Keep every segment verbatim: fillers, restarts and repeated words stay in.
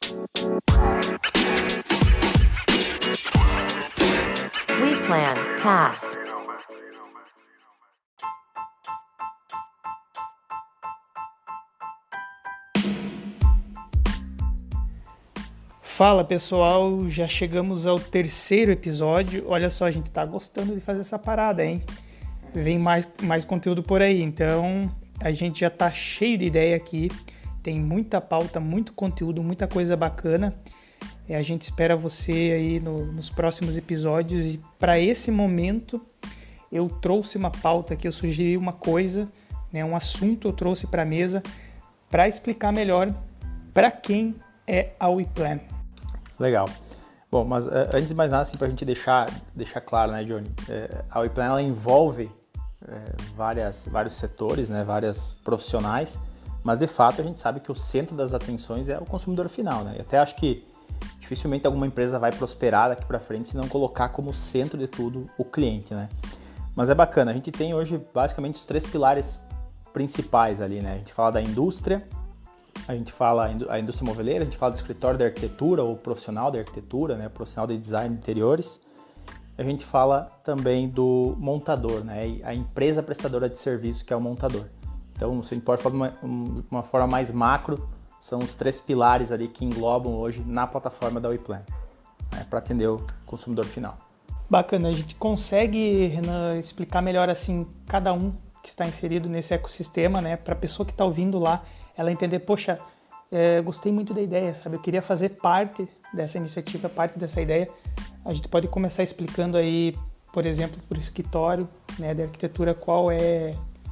WePlan Cast. Fala pessoal, já chegamos ao terceiro episódio. Olha só, a gente tá gostando de fazer essa parada, hein? Vem mais, mais conteúdo por aí, então a gente já tá cheio de ideia aqui. Tem muita pauta, muito conteúdo, muita coisa bacana. E a gente espera você aí no, nos próximos episódios. E para esse momento eu trouxe uma pauta aqui, eu sugeri uma coisa, né, um assunto eu trouxe para a mesa para explicar melhor para quem é a WePlan. Legal. Bom, mas uh, antes de mais nada, assim, para a gente deixar, deixar claro, né, Johnny? É, a WePlan ela envolve é, várias, vários setores, né, vários profissionais, mas de fato a gente sabe que o centro das atenções é o consumidor final, né? Eu até acho que dificilmente alguma empresa vai prosperar daqui para frente se não colocar como centro de tudo o cliente, né? Mas é bacana, a gente tem hoje basicamente os três pilares principais ali, né? A gente fala da indústria, a gente fala a indústria moveleira, a gente fala do escritório de arquitetura ou profissional de arquitetura, né, profissional de design de interiores. A gente fala também do montador, né, a empresa prestadora de serviço que é o montador. Então, se a gente pode falar de uma, uma forma mais macro, são os três pilares ali que englobam hoje na plataforma da WePlan, né, para atender o consumidor final. Bacana, a gente consegue, Renan, explicar melhor assim cada um que está inserido nesse ecossistema, né, para a pessoa que está ouvindo lá, ela entender, poxa, é, gostei muito da ideia, sabe? Eu queria fazer parte dessa iniciativa, parte dessa ideia. A gente pode começar explicando aí, por exemplo, por escritório, né, de arquitetura, qual é,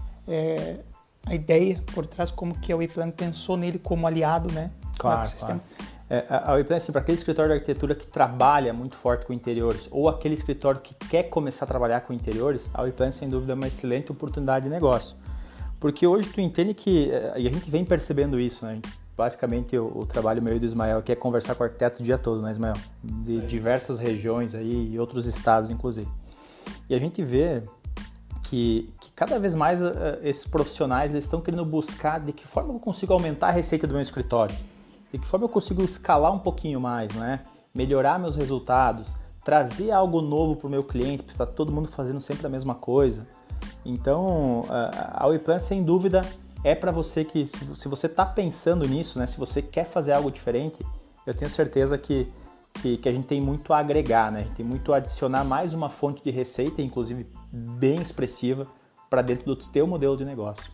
é a ideia por trás, como que a WePlan pensou nele como aliado, né? Claro, claro. É, a WePlan, assim, para aquele escritório de arquitetura que trabalha muito forte com interiores ou aquele escritório que quer começar a trabalhar com interiores, a WePlan, sem dúvida, é uma excelente oportunidade de negócio. Porque hoje tu entende que, e a gente vem percebendo isso, né? Basicamente o, o trabalho meu e do Ismael aqui é conversar com o arquiteto o dia todo, né, Ismael? De Sim. diversas regiões aí e outros estados, inclusive. E a gente vê que, que cada vez mais uh, esses profissionais eles estão querendo buscar de que forma eu consigo aumentar a receita do meu escritório, de que forma eu consigo escalar um pouquinho mais, né? Melhorar meus resultados, trazer algo novo para o meu cliente, porque está todo mundo fazendo sempre a mesma coisa. Então, a WePlan, sem dúvida, é para você que, se você está pensando nisso, né, se você quer fazer algo diferente, eu tenho certeza que, que, que a gente tem muito a agregar, né? A gente tem muito a adicionar mais uma fonte de receita, inclusive bem expressiva, para dentro do teu modelo de negócio.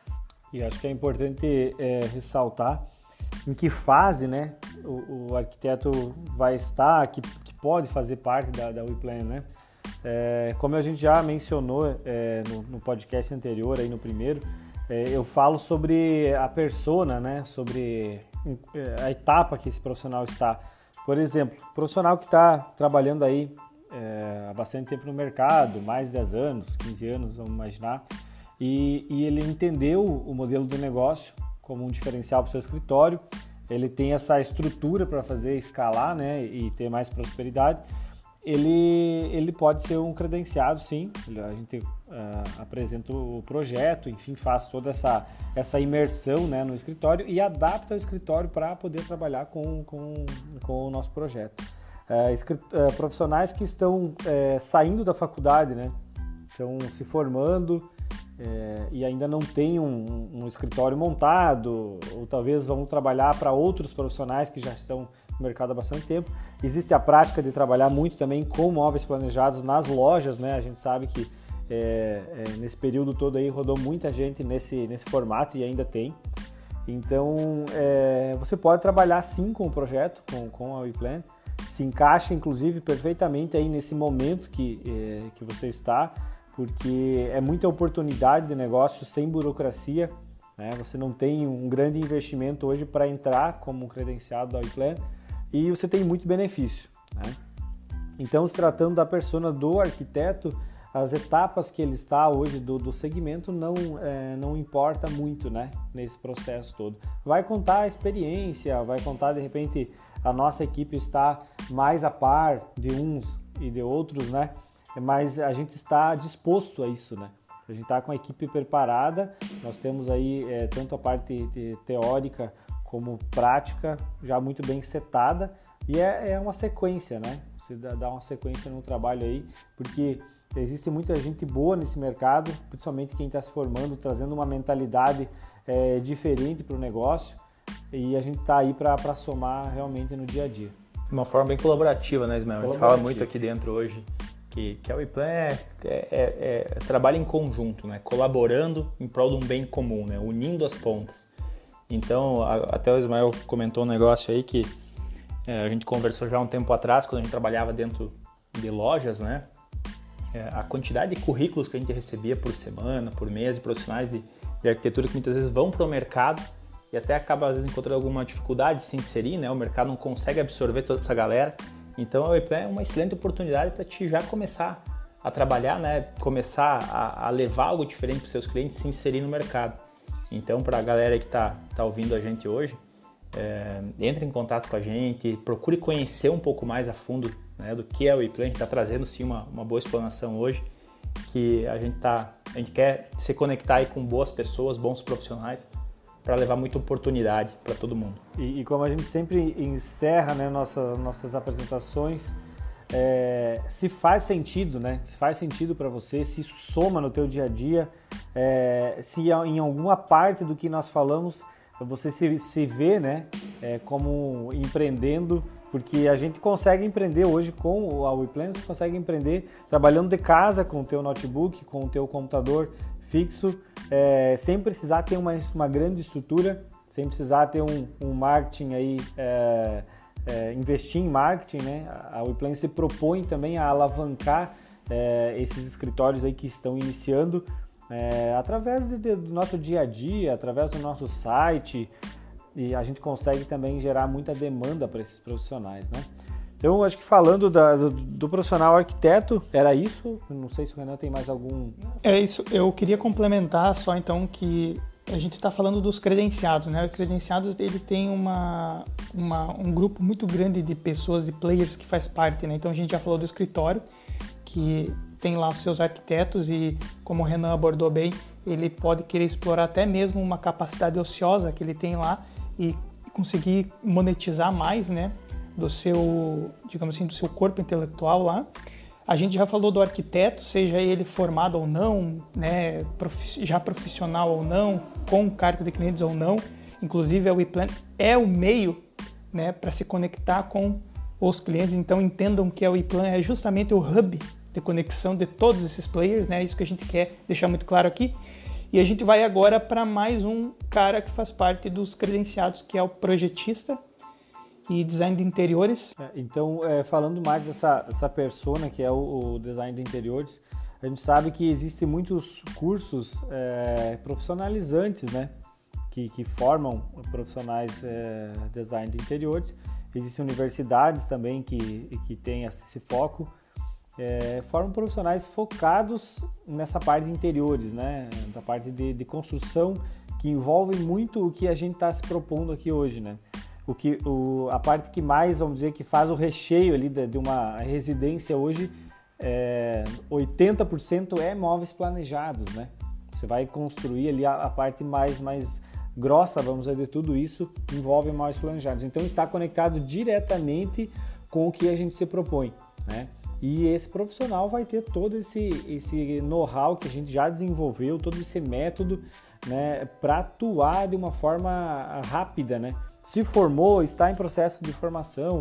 E acho que é importante é, ressaltar em que fase, né, o, o arquiteto vai estar, que, que pode fazer parte da, da WePlan, né? É, como a gente já mencionou é, no, no podcast anterior, aí no primeiro, é, eu falo sobre a persona, né, sobre a etapa que esse profissional está. Por exemplo, o profissional que está trabalhando aí é, há bastante tempo no mercado, mais de dez anos, quinze anos, vamos imaginar, e, e ele entendeu o modelo do negócio como um diferencial para o seu escritório, ele tem essa estrutura para fazer escalar, né, e ter mais prosperidade. Ele, ele pode ser um credenciado, sim, a gente uh, apresenta o projeto, enfim, faz toda essa, essa imersão, né, no escritório e adapta o escritório para poder trabalhar com, com, com o nosso projeto. Uh, escrit, uh, profissionais que estão uh, saindo da faculdade, né, estão se formando uh, e ainda não têm um, um escritório montado, ou talvez vão trabalhar para outros profissionais que já estão no mercado há bastante tempo. Existe a prática de trabalhar muito também com móveis planejados nas lojas, né? A gente sabe que é, é, nesse período todo aí rodou muita gente nesse, nesse formato e ainda tem. Então, é, você pode trabalhar sim com o projeto, com, com a WePlan, se encaixa inclusive perfeitamente aí nesse momento que, é, que você está, porque é muita oportunidade de negócio sem burocracia, né? Você não tem um grande investimento hoje para entrar como um credenciado da WePlan, e você tem muito benefício, né? Então, se tratando da persona do arquiteto, as etapas que ele está hoje do, do segmento não, é, não importa muito, né, nesse processo todo. Vai contar a experiência, vai contar, de repente, a nossa equipe está mais a par de uns e de outros, né? Mas a gente está disposto a isso, né? A gente está com a equipe preparada, nós temos aí é, tanto a parte teórica como prática já muito bem setada, e é, é uma sequência, né? Você dá, dá uma sequência no trabalho aí, porque existe muita gente boa nesse mercado, principalmente quem está se formando, trazendo uma mentalidade é, diferente para o negócio, e a gente está aí para somar realmente no dia a dia. De uma forma bem colaborativa, né, Ismael? A gente fala muito aqui dentro hoje que, que a WePlan é, é, é, é trabalho em conjunto, né? Colaborando em prol de um bem comum, né? Unindo as pontas. Então, a, até o Ismael comentou um negócio aí que é, a gente conversou já há um tempo atrás, quando a gente trabalhava dentro de lojas, né? É, a quantidade de currículos que a gente recebia por semana, por mês, de profissionais de, de arquitetura que muitas vezes vão para o mercado e até acaba às vezes encontrando alguma dificuldade de se inserir, né? O mercado não consegue absorver toda essa galera. Então a WePlan é uma excelente oportunidade para ti já começar a trabalhar, né? Começar a, a levar algo diferente para os seus clientes, se inserir no mercado. Então, para a galera que está tá ouvindo a gente hoje, é, entre em contato com a gente, procure conhecer um pouco mais a fundo, né, do que é o WePlan. A gente está trazendo sim uma, uma boa explanação hoje, que a gente, tá, a gente quer se conectar aí com boas pessoas, bons profissionais, para levar muita oportunidade para todo mundo. E, e como a gente sempre encerra, né, nossa, nossas apresentações, é, se faz sentido, né, se faz sentido para você, se isso soma no teu dia a dia, é, se em alguma parte do que nós falamos você se, se vê, né, é, como empreendendo, porque a gente consegue empreender hoje com a WePlan, você consegue empreender trabalhando de casa com o teu notebook, com o teu computador fixo, é, sem precisar ter uma, uma grande estrutura, sem precisar ter um, um marketing aí, é, é, investir em marketing, né? A WePlan se propõe também a alavancar é, esses escritórios aí que estão iniciando é, através de, de, do nosso dia a dia, através do nosso site, e a gente consegue também gerar muita demanda para esses profissionais, né? Então, acho que falando da, do, do profissional arquiteto, era isso? Não sei se o Renan tem mais algum... É isso. Eu queria complementar só, então, que a gente está falando dos credenciados, né? O credenciados, ele tem uma, uma, um grupo muito grande de pessoas, de players que faz parte, né? Então, a gente já falou do escritório, que tem lá os seus arquitetos e, como o Renan abordou bem, ele pode querer explorar até mesmo uma capacidade ociosa que ele tem lá e conseguir monetizar mais, né? do seu, digamos assim, do seu corpo intelectual lá. A gente já falou do arquiteto, seja ele formado ou não, né, profi- já profissional ou não, com carta de clientes ou não. Inclusive a WePlan é o meio, né, para se conectar com os clientes. Então entendam que a WePlan é justamente o hub de conexão de todos esses players, né? Isso que a gente quer deixar muito claro aqui. E a gente vai agora para mais um cara que faz parte dos credenciados, que é o projetista e design de interiores. Então, é, falando mais dessa, dessa persona que é o, o design de interiores, a gente sabe que existem muitos cursos é, profissionalizantes, né, que, que formam profissionais é, design de interiores. Existem universidades também que, que têm esse foco, é, formam profissionais focados nessa parte de interiores, né, da parte de, de construção, que envolve muito o que a gente está se propondo aqui hoje, né. O que, o, a parte que mais, vamos dizer, que faz o recheio ali de, de uma residência hoje, é, oitenta por cento é móveis planejados, né? Você vai construir ali a, a parte mais, mais grossa, vamos dizer, de tudo isso, envolve móveis planejados. Então está conectado diretamente com o que a gente se propõe, né? E esse profissional vai ter todo esse, esse know-how que a gente já desenvolveu, todo esse método, né, para atuar de uma forma rápida, né? Se formou, está em processo de formação,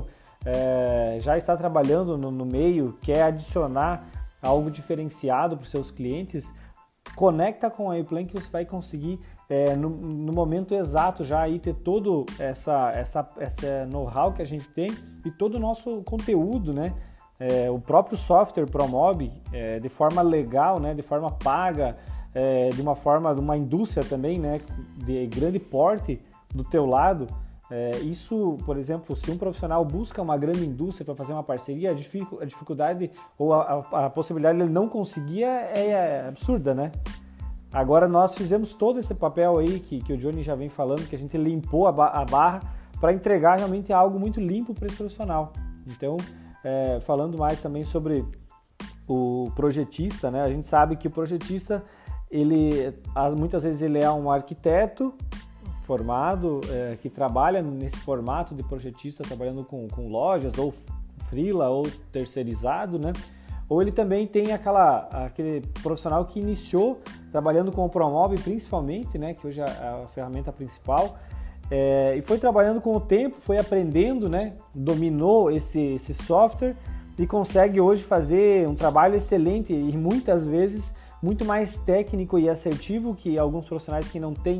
é, já está trabalhando no, no meio, quer adicionar algo diferenciado para os seus clientes, conecta com a WePlan que você vai conseguir, é, no, no momento exato, já aí ter todo essa, essa, essa know-how que a gente tem e todo o nosso conteúdo, né? É, o próprio software promove é, de forma legal, né? De forma paga, é, de uma forma, de uma indústria também, né? De grande porte do teu lado. É, isso, por exemplo, se um profissional busca uma grande indústria para fazer uma parceria, a, dific, a dificuldade ou a, a, a possibilidade de ele não conseguir é, é absurda, né? Agora nós fizemos todo esse papel aí que, que o Johnny já vem falando, que a gente limpou a, ba, a barra para entregar realmente algo muito limpo para esse profissional. Então, é, falando mais também sobre o projetista, né? A gente sabe que o projetista, ele, muitas vezes ele é um arquiteto formado, é, que trabalha nesse formato de projetista, trabalhando com, com lojas, ou freela, ou terceirizado, né? Ou ele também tem aquela, aquele profissional que iniciou trabalhando com o Promob, principalmente, né? Que hoje é a ferramenta principal, é, e foi trabalhando com o tempo, foi aprendendo, né? Dominou esse, esse software e consegue hoje fazer um trabalho excelente e muitas vezes muito mais técnico e assertivo que alguns profissionais que não têm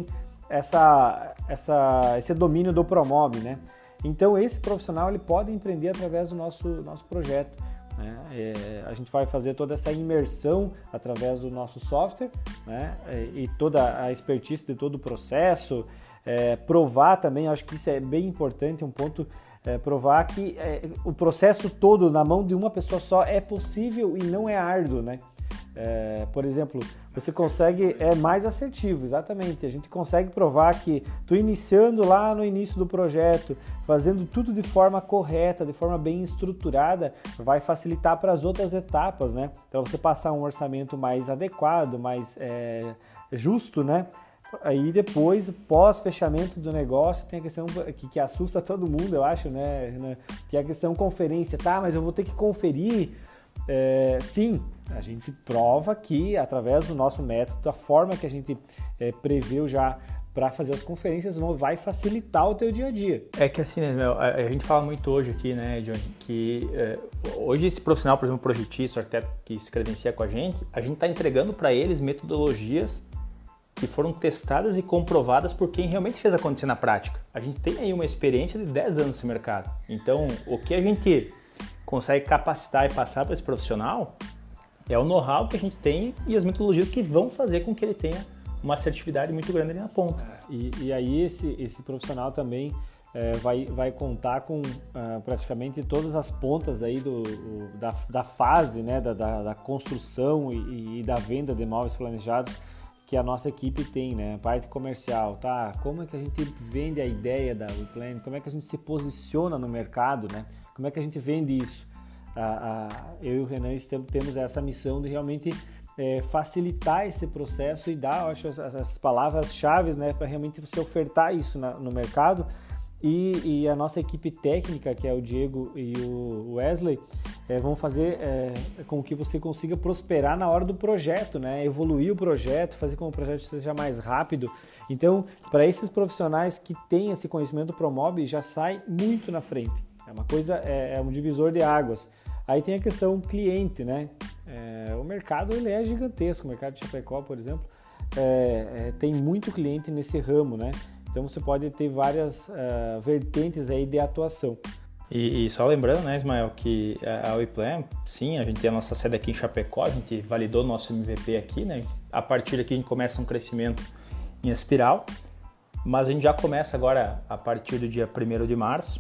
essa, essa, esse domínio do Promob, né? Então esse profissional ele pode empreender através do nosso, nosso projeto, né? É, a gente vai fazer toda essa imersão através do nosso software, né? E, e toda a expertise de todo o processo, é, provar também, acho que isso é bem importante, um ponto, é, provar que é, o processo todo na mão de uma pessoa só é possível e não é árduo, né? É, por exemplo, você consegue, é mais assertivo, exatamente, a gente consegue provar que tu iniciando lá no início do projeto, fazendo tudo de forma correta, de forma bem estruturada, vai facilitar para as outras etapas, né? Então você passar um orçamento mais adequado, mais é, justo, né? Aí depois, pós-fechamento do negócio, tem a questão que, que assusta todo mundo, eu acho, né? Que é a questão conferência, tá? Mas eu vou ter que conferir. É, sim, a gente prova que através do nosso método, da forma que a gente é, preveu já para fazer as conferências, vai facilitar o teu dia a dia. É que assim, né, meu, a, a gente fala muito hoje aqui, né, Johnny, que é, hoje esse profissional, por exemplo, projetista, o arquiteto que se credencia com a gente, a gente está entregando para eles metodologias que foram testadas e comprovadas por quem realmente fez acontecer na prática. A gente tem aí uma experiência de dez anos nesse mercado. Então, o que a gente consegue capacitar e passar para esse profissional é o know-how que a gente tem e as metodologias que vão fazer com que ele tenha uma assertividade muito grande ali na ponta. E, e aí esse, esse profissional também é, vai, vai contar com uh, praticamente todas as pontas aí do, o, da, da fase, né, da, da, da construção e, e da venda de imóveis planejados que a nossa equipe tem, né? A parte comercial, tá? Como é que a gente vende a ideia da WePlan? Como é que a gente se posiciona no mercado, né? Como é que a gente vende isso? Ah, ah, eu e o Renan temos essa missão de realmente é, facilitar esse processo e dar, eu acho, as, as palavras-chave, né, para realmente você ofertar isso na, no mercado. E, e a nossa equipe técnica, que é o Diego e o Wesley, é, vão fazer é, com que você consiga prosperar na hora do projeto, né? Evoluir o projeto, fazer com que o projeto seja mais rápido. Então, para esses profissionais que têm esse conhecimento do Promob, já sai muito na frente. É uma coisa, é, é um divisor de águas. Aí tem a questão cliente, né? É, o mercado ele é gigantesco, o mercado de Chapecó, por exemplo, é, é, tem muito cliente nesse ramo, né? Então você pode ter várias uh, vertentes aí de atuação. E, e só lembrando, né, Ismael, que a WePlan, sim, a gente tem a nossa sede aqui em Chapecó, a gente validou o nosso M V P aqui, né? A partir daqui a gente começa um crescimento em espiral, mas a gente já começa agora a partir do dia primeiro de março,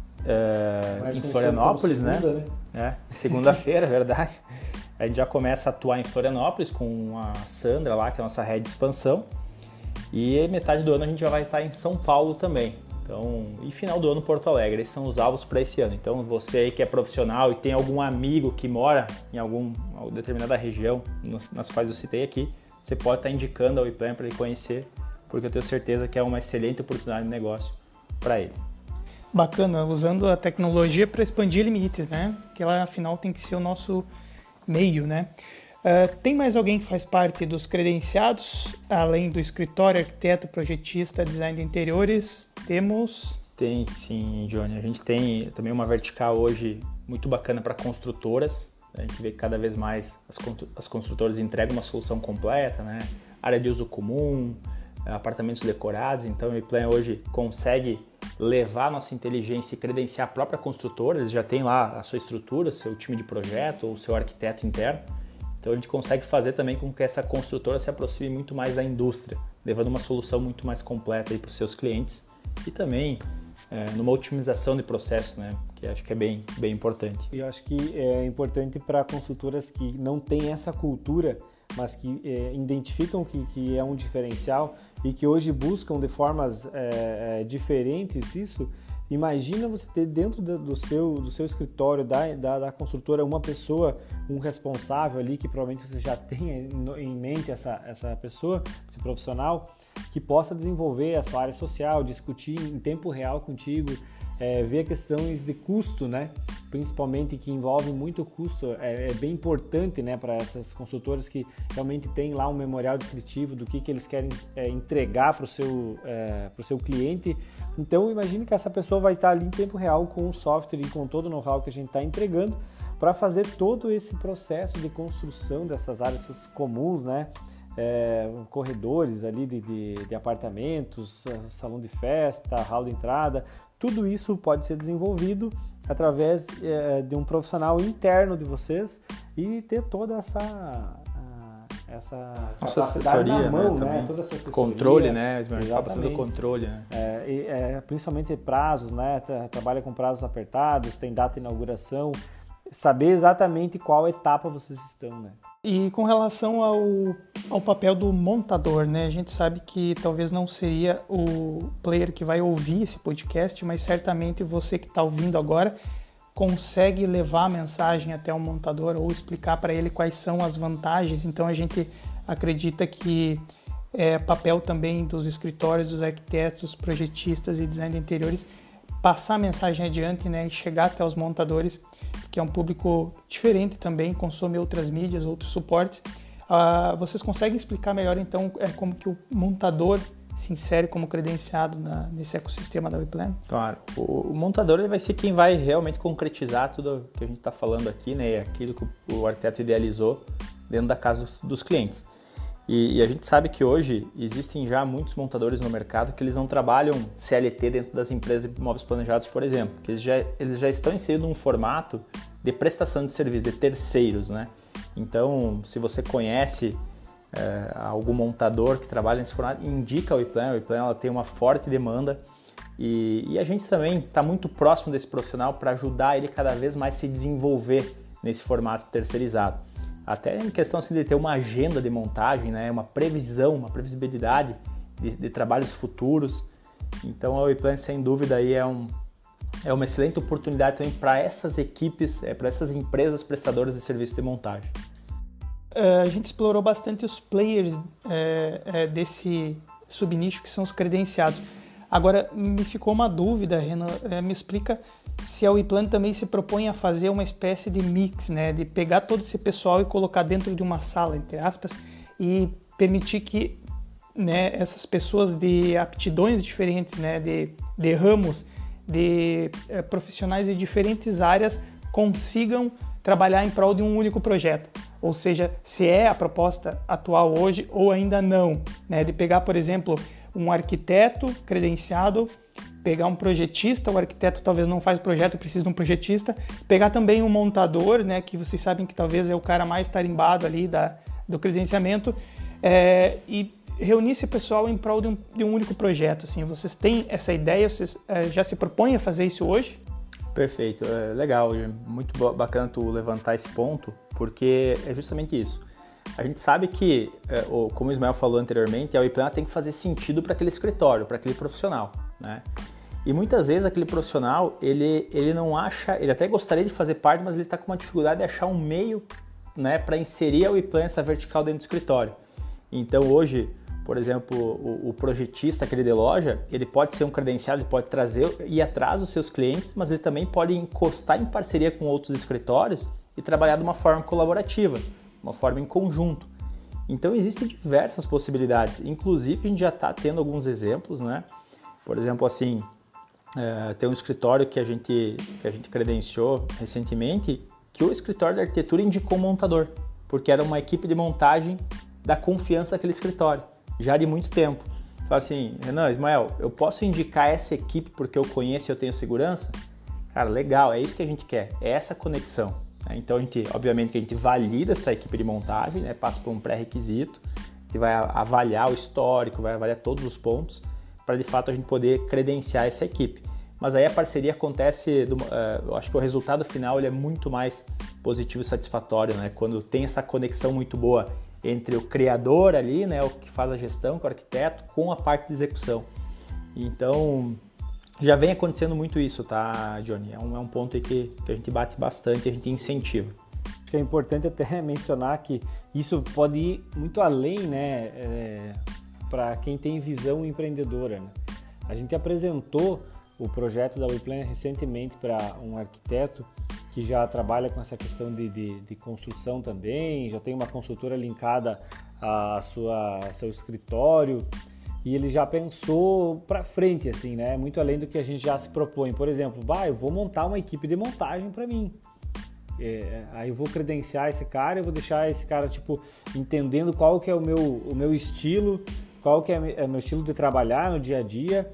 é, em Florianópolis, segunda, né? né? É, segunda-feira, é verdade. A gente já começa a atuar em Florianópolis com a Sandra lá, que é a nossa head de expansão. E metade do ano a gente já vai estar em São Paulo também. Então, e final do ano Porto Alegre. Esses são os alvos para esse ano. Então, você aí que é profissional e tem algum amigo que mora em alguma determinada região nas quais eu citei aqui, você pode estar indicando a WePlan para ele conhecer, porque eu tenho certeza que é uma excelente oportunidade de negócio para ele. Bacana, usando a tecnologia para expandir limites, né? Que ela, afinal, tem que ser o nosso meio, né? Uh, tem mais alguém que faz parte dos credenciados, além do escritório, arquiteto, projetista, design de interiores? Temos... Tem sim, Johnny. A gente tem também uma vertical hoje muito bacana para construtoras. A gente vê que cada vez mais as, as construtoras entregam uma solução completa, né? Área de uso comum, apartamentos decorados. Então, o WePlan hoje consegue levar a nossa inteligência e credenciar a própria construtora. Eles já têm lá a sua estrutura, seu time de projeto ou seu arquiteto interno. Então a gente consegue fazer também com que essa construtora se aproxime muito mais da indústria, levando uma solução muito mais completa para os seus clientes e também é, numa otimização de processo, né? Que acho que é bem, bem importante. E eu acho que é importante para construtoras que não têm essa cultura, mas que é, identificam que, que é um diferencial e que hoje buscam de formas é, é, diferentes isso. Imagina você ter dentro do seu, do seu escritório, da, da, da construtora, uma pessoa, um responsável ali, que provavelmente você já tenha em mente essa, essa pessoa, esse profissional, que possa desenvolver a sua área social, discutir em tempo real contigo, é, ver questões de custo, né? Principalmente que envolve muito custo, é, é bem importante, né, para essas consultoras que realmente têm lá um memorial descritivo do que, que eles querem é, entregar para o seu, é, pro seu cliente. Então, imagine que essa pessoa vai estar ali em tempo real com o software e com todo o know-how que a gente está entregando para fazer todo esse processo de construção dessas áreas comuns, né? É, corredores ali de, de, de apartamentos, salão de festa, hall de entrada, tudo isso pode ser desenvolvido através é, de um profissional interno de vocês e ter toda essa essa Nossa capacidade assessoria, na mão, né? né? Toda essa assessoria, controle, né? Exatamente. Do controle, né? É, e, é, principalmente prazos, né? Trabalha com prazos apertados, tem data de inauguração, saber exatamente qual etapa vocês estão, né? E com relação ao, ao papel do montador, né? A gente sabe que talvez não seria o player que vai ouvir esse podcast, mas certamente você que está ouvindo agora consegue levar a mensagem até o montador ou explicar para ele quais são as vantagens. Então a gente acredita que é papel também dos escritórios, dos arquitetos, projetistas e design de interiores passar a mensagem adiante, né, e chegar até os montadores, que é um público diferente também, consome outras mídias, outros suportes. Uh, vocês conseguem explicar melhor, então, é, como que o montador se insere como credenciado na, nesse ecossistema da WePlan? Claro. O, o montador ele vai ser quem vai realmente concretizar tudo que a gente está falando aqui, né, aquilo que o, o arquiteto idealizou dentro da casa dos, dos clientes. E, e a gente sabe que hoje existem já muitos montadores no mercado que eles não trabalham C L T dentro das empresas de imóveis planejados, por exemplo, que eles já, eles já estão inseridos num formato de prestação de serviço, de terceiros, né? Então, se você conhece é, algum montador que trabalha nesse formato, indica a WePlan. A WePlan ela tem uma forte demanda e, e a gente também está muito próximo desse profissional para ajudar ele cada vez mais a se desenvolver nesse formato terceirizado. Até em questão assim, de ter uma agenda de montagem, né? Uma previsão, uma previsibilidade de, de trabalhos futuros. Então a WePlan, sem dúvida, aí é, um, é uma excelente oportunidade também para essas equipes, é, para essas empresas prestadoras de serviço de montagem. Uh, a gente explorou bastante os players é, é, desse subnicho que são os credenciados. Agora, me ficou uma dúvida, Renan, é, me explica se a WePlan também se propõe a fazer uma espécie de mix, né, de pegar todo esse pessoal e colocar dentro de uma sala, entre aspas, e permitir que, né, essas pessoas de aptidões diferentes, né, de, de ramos, de é, profissionais de diferentes áreas consigam trabalhar em prol de um único projeto. Ou seja, se é a proposta atual hoje ou ainda não, né, de pegar, por exemplo, um arquiteto credenciado, pegar um projetista, o arquiteto talvez não faz projeto, precisa de um projetista, pegar também um montador, né, que vocês sabem que talvez é o cara mais tarimbado ali da, do credenciamento, é, e reunir esse pessoal em prol de um, de um único projeto. Assim, vocês têm essa ideia, vocês é, já se propõem a fazer isso hoje? Perfeito, é legal, muito bacana tu levantar esse ponto, porque é justamente isso. A gente sabe que, como o Ismael falou anteriormente, a WePlan tem que fazer sentido para aquele escritório, para aquele profissional, né? E muitas vezes aquele profissional, ele, ele não acha, ele até gostaria de fazer parte, mas ele está com uma dificuldade de achar um meio, né, para inserir a WePlan, essa vertical dentro do escritório. Então hoje, por exemplo, o, o projetista, aquele de loja, ele pode ser um credenciado, ele pode trazer e atrás dos seus clientes, mas ele também pode encostar em parceria com outros escritórios e trabalhar de uma forma colaborativa, uma forma em conjunto. Então existem diversas possibilidades, inclusive a gente já está tendo alguns exemplos, né? Por exemplo, assim, é, tem um escritório que a gente, que a gente credenciou recentemente, que o escritório de arquitetura indicou um montador, porque era uma equipe de montagem da confiança daquele escritório, já de muito tempo. Fala assim, Renan, Ismael, eu posso indicar essa equipe porque eu conheço e eu tenho segurança? Cara, legal, é isso que a gente quer, é essa conexão. Então, a gente, obviamente, que a gente valida essa equipe de montagem, né, passa por um pré-requisito, a gente vai avaliar o histórico, vai avaliar todos os pontos, para de fato a gente poder credenciar essa equipe. Mas aí a parceria acontece, do, uh, eu acho que o resultado final ele é muito mais positivo e satisfatório, né, quando tem essa conexão muito boa entre o criador ali, né, o que faz a gestão, com o arquiteto, com a parte de execução. Então, já vem acontecendo muito isso, tá, Johnny? É um, é um ponto aí que, que a gente bate bastante, a gente incentiva. Acho que é importante até mencionar que isso pode ir muito além, né? É, para quem tem visão empreendedora, né? A gente apresentou o projeto da WePlan recentemente para um arquiteto que já trabalha com essa questão de, de, de construção também, já tem uma consultora linkada a sua, a seu escritório, e ele já pensou para frente, assim, né? Muito além do que a gente já se propõe. Por exemplo, bah, eu vou montar uma equipe de montagem para mim. É, aí eu vou credenciar esse cara, eu vou deixar esse cara, tipo, entendendo qual que é o meu, o meu estilo, qual que é o meu estilo de trabalhar no dia a dia.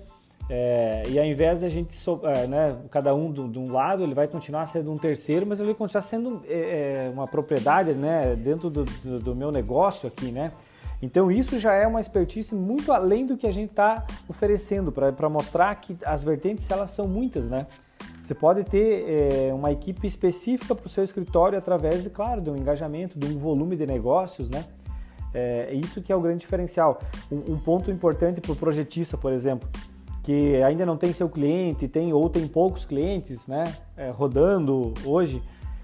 É, e ao invés de a gente, é, né, cada um de do, um lado, ele vai continuar sendo um terceiro, mas ele vai continuar sendo é, uma propriedade, né, dentro do, do, do meu negócio aqui, né? Então isso já é uma expertise muito além do que a gente está oferecendo, para mostrar que as vertentes elas são muitas, né? Você pode ter é, uma equipe específica para o seu escritório através, de, claro, de um engajamento, de um volume de negócios, né? É isso que é o grande diferencial. Um, um ponto importante para o projetista, por exemplo, que ainda não tem seu cliente, tem ou tem poucos clientes, né, é, rodando hoje,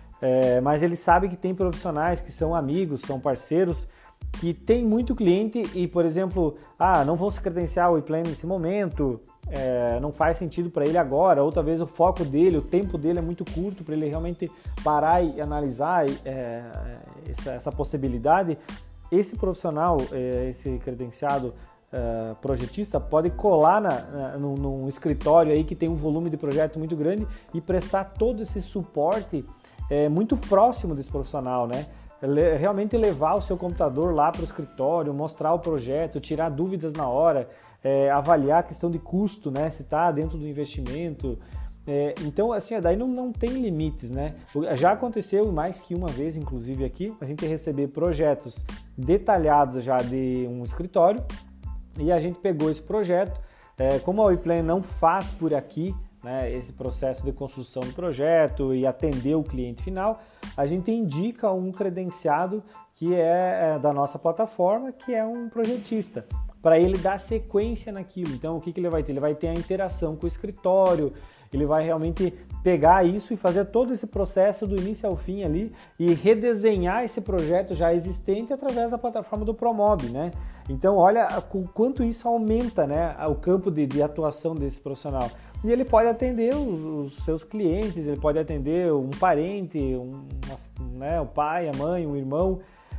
é, mas ele sabe que tem profissionais que são amigos, são parceiros, que tem muito cliente e, por exemplo, ah, não vou se credenciar o WePlan nesse momento, é, não faz sentido para ele agora, ou talvez o foco dele, o tempo dele é muito curto para ele realmente parar e analisar é, essa, essa possibilidade. Esse profissional, é, esse credenciado Uh, projetista pode colar na, na, num, num escritório aí que tem um volume de projeto muito grande e prestar todo esse suporte é, muito próximo desse profissional, né? Le, realmente levar o seu computador lá para o escritório, mostrar o projeto, tirar dúvidas na hora, é, avaliar a questão de custo, né? Se está dentro do investimento. É, então, assim, daí não, não tem limites, né? Já aconteceu mais que uma vez, inclusive aqui, a gente receber projetos detalhados já de um escritório. E a gente pegou esse projeto, é, como a WePlan não faz por aqui, né, esse processo de construção do projeto e atender o cliente final, a gente indica um credenciado que é, é da nossa plataforma, que é um projetista, para ele dar sequência naquilo. Então o que, que ele vai ter? Ele vai ter a interação com o escritório, ele vai realmente pegar isso e fazer todo esse processo do início ao fim ali e redesenhar esse projeto já existente através da plataforma do Promob, né? Então olha o quanto isso aumenta, né, o campo de, de atuação desse profissional. E ele pode atender os, os seus clientes, ele pode atender um parente, um, uma, né, o pai, a mãe, um irmão,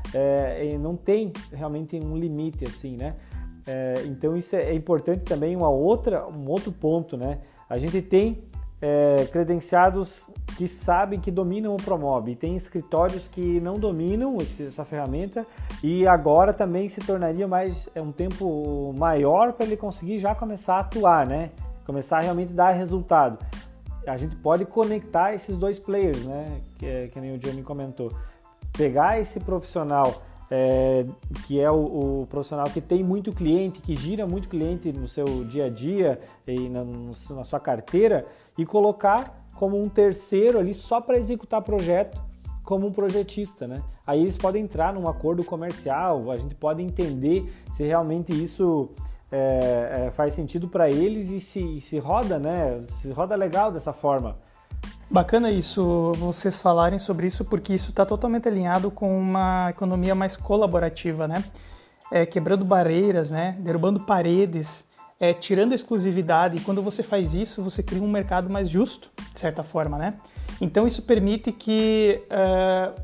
é, e não tem realmente um limite assim, né? É, então isso é importante também, uma outra, um outro ponto, né? A gente tem é, credenciados que sabem que dominam o Promob, e tem escritórios que não dominam esse, essa ferramenta e agora também se tornaria mais é, um tempo maior para ele conseguir já começar a atuar, né? Começar a realmente dar resultado. A gente pode conectar esses dois players, né? Que, que nem o Johnny comentou. Pegar esse profissional É, que é o, o profissional que tem muito cliente, que gira muito cliente no seu dia a dia e na, na sua carteira, e colocar como um terceiro ali só para executar projeto, como um projetista, né? Aí eles podem entrar num acordo comercial, a gente pode entender se realmente isso é, é, faz sentido para eles e se, se roda, né? Se roda legal dessa forma. Bacana isso, vocês falarem sobre isso, porque isso está totalmente alinhado com uma economia mais colaborativa, né? É, quebrando barreiras, né? Derrubando paredes, é, tirando a exclusividade. E quando você faz isso, você cria um mercado mais justo, de certa forma, né? Então isso permite que uh,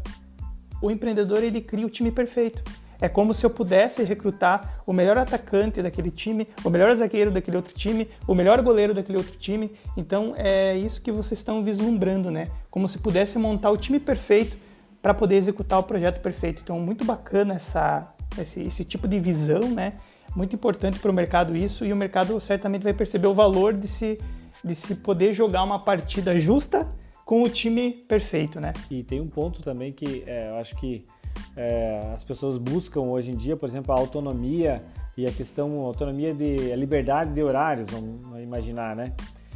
o empreendedor ele crie o time perfeito. É como se eu pudesse recrutar o melhor atacante daquele time, o melhor zagueiro daquele outro time, o melhor goleiro daquele outro time. Então é isso que vocês estão vislumbrando, né? Como se pudesse montar o time perfeito para poder executar o projeto perfeito. Então muito bacana essa, esse, esse tipo de visão, né? Muito importante para o mercado isso, e o mercado certamente vai perceber o valor de se, de se poder jogar uma partida justa com o time perfeito, né? E tem um ponto também que é, eu acho que É, as pessoas buscam hoje em dia, por exemplo, a autonomia e a questão, a autonomia de a liberdade de horários, vamos imaginar, né?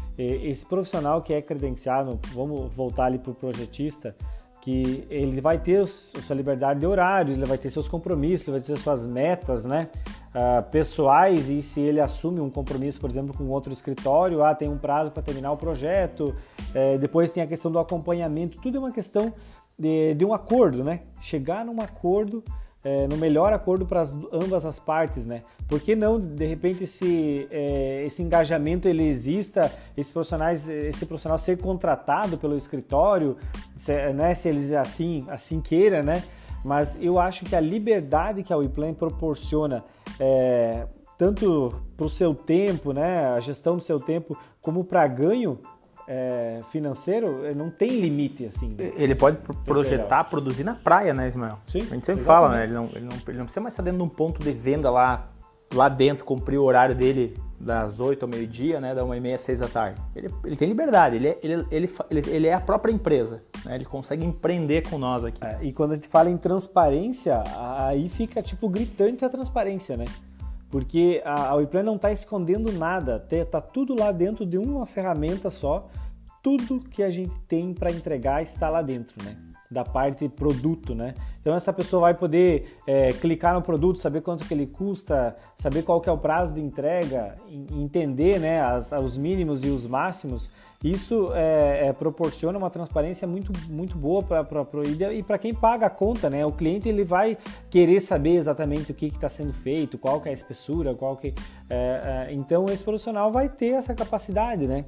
E esse profissional que é credenciado, vamos voltar ali para o projetista, que ele vai ter os, a sua liberdade de horários, ele vai ter seus compromissos, ele vai ter suas metas, né? Uh, pessoais, e se ele assume um compromisso, por exemplo, com outro escritório, ah, tem um prazo para terminar o projeto, é, depois tem a questão do acompanhamento, tudo é uma questão De, de um acordo, né? Chegar num acordo, é, no melhor acordo para ambas as partes, né? por que não, de repente, esse, é, esse engajamento ele exista, esse, profissionais, esse profissional ser contratado pelo escritório, se, né, se eles assim, assim queiram, né? Mas eu acho que a liberdade que a WePlan proporciona, é, tanto para o seu tempo, né, a gestão do seu tempo, como para ganho é, financeiro, não tem limite, assim. Ele pode projetar, produzir na praia, né, Ismael? Sim, a gente sempre exatamente. fala, né? Ele não, ele, não, ele não precisa mais estar dentro de um ponto de venda lá, lá dentro, cumprir o horário dele das oito ao meio-dia, né, da uma e meia às seis da tarde. Ele, ele tem liberdade, ele é, ele, ele, ele, ele é a própria empresa, né? Ele consegue empreender com nós aqui. É, e quando a gente fala em transparência, aí fica tipo gritante a transparência, né? Porque a, a WePlan não está escondendo nada, está tudo lá dentro de uma ferramenta só, tudo que a gente tem para entregar está lá dentro, né? Da parte produto, né? Então essa pessoa vai poder é, clicar no produto, saber quanto que ele custa, saber qual que é o prazo de entrega, entender, né, as, os mínimos e os máximos. Isso é, é, proporciona uma transparência muito, muito boa para e para quem paga a conta, né? O cliente ele vai querer saber exatamente o que está sendo feito, qual que é a espessura, qual que é, é, então esse profissional vai ter essa capacidade, né?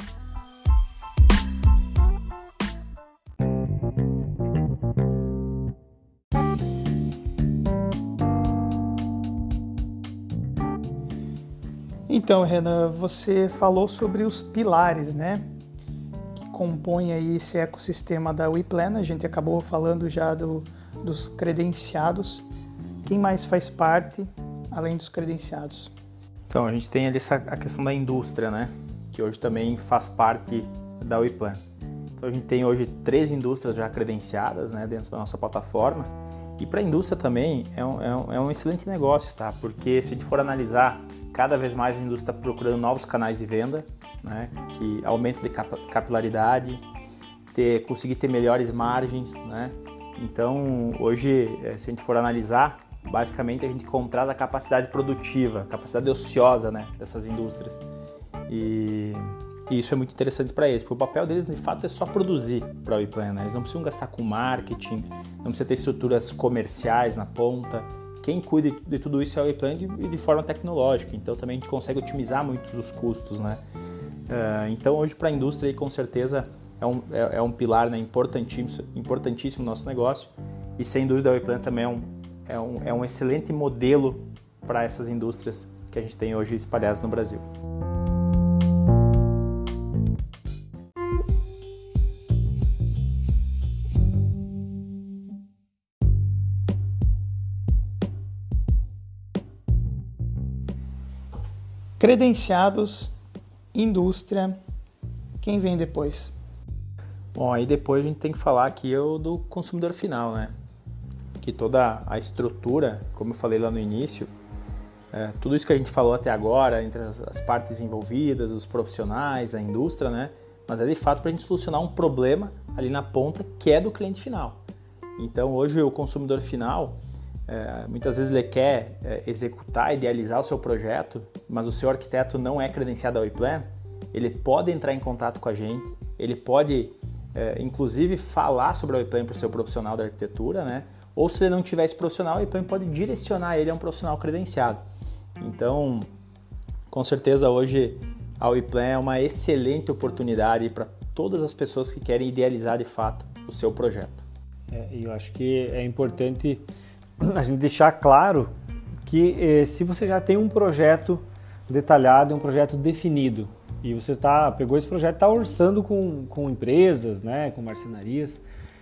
Então, Renan, você falou sobre os pilares, né, que compõem aí esse ecossistema da WePlan. A gente acabou falando já do, dos credenciados. Quem mais faz parte, além dos credenciados? Então, a gente tem ali essa, a questão da indústria, né, que hoje também faz parte da WePlan. Então, a gente tem hoje três indústrias já credenciadas, né, dentro da nossa plataforma. E para a indústria também é um, é, um, é um excelente negócio, tá? Porque se a gente for analisar, cada vez mais a indústria está procurando novos canais de venda, né, que aumento de capilaridade, ter, conseguir ter melhores margens, né? Então, hoje, se a gente for analisar, basicamente a gente contrata a capacidade produtiva, capacidade ociosa, né, dessas indústrias. E, e isso é muito interessante para eles, porque o papel deles, de fato, é só produzir para a WePlan, né? Eles não precisam gastar com marketing, não precisam ter estruturas comerciais na ponta. Quem cuida de tudo isso é a WePlan de, de forma tecnológica, então também a gente consegue otimizar muitos os custos, né? Uh, então hoje para a indústria aí, com certeza é um, é, é um pilar, né, importantíssimo, importantíssimo no nosso negócio, e sem dúvida a WePlan também é um, é um, é um excelente modelo para essas indústrias que a gente tem hoje espalhadas no Brasil. Credenciados, indústria, quem vem depois? Bom, aí depois a gente tem que falar aqui do consumidor final, né? Que toda a estrutura, como eu falei lá no início, é, tudo isso que a gente falou até agora, entre as, as partes envolvidas, os profissionais, a indústria, né? Mas é de fato para a gente solucionar um problema ali na ponta que é do cliente final. Então hoje o consumidor final, É, muitas vezes ele quer é, executar, idealizar o seu projeto, mas o seu arquiteto não é credenciado ao WePlan. Ele pode entrar em contato com a gente, ele pode é, inclusive falar sobre a WePlan para o seu profissional da arquitetura, né? Ou se ele não tiver esse profissional, a WePlan pode direcionar ele a um profissional credenciado. Então, com certeza hoje a WePlan é uma excelente oportunidade para todas as pessoas que querem idealizar de fato o seu projeto. É, eu acho que é importante a gente deixar claro que eh, se você já tem um projeto detalhado, um projeto definido, e você tá, pegou esse projeto e está orçando com, com empresas, né, com marcenarias,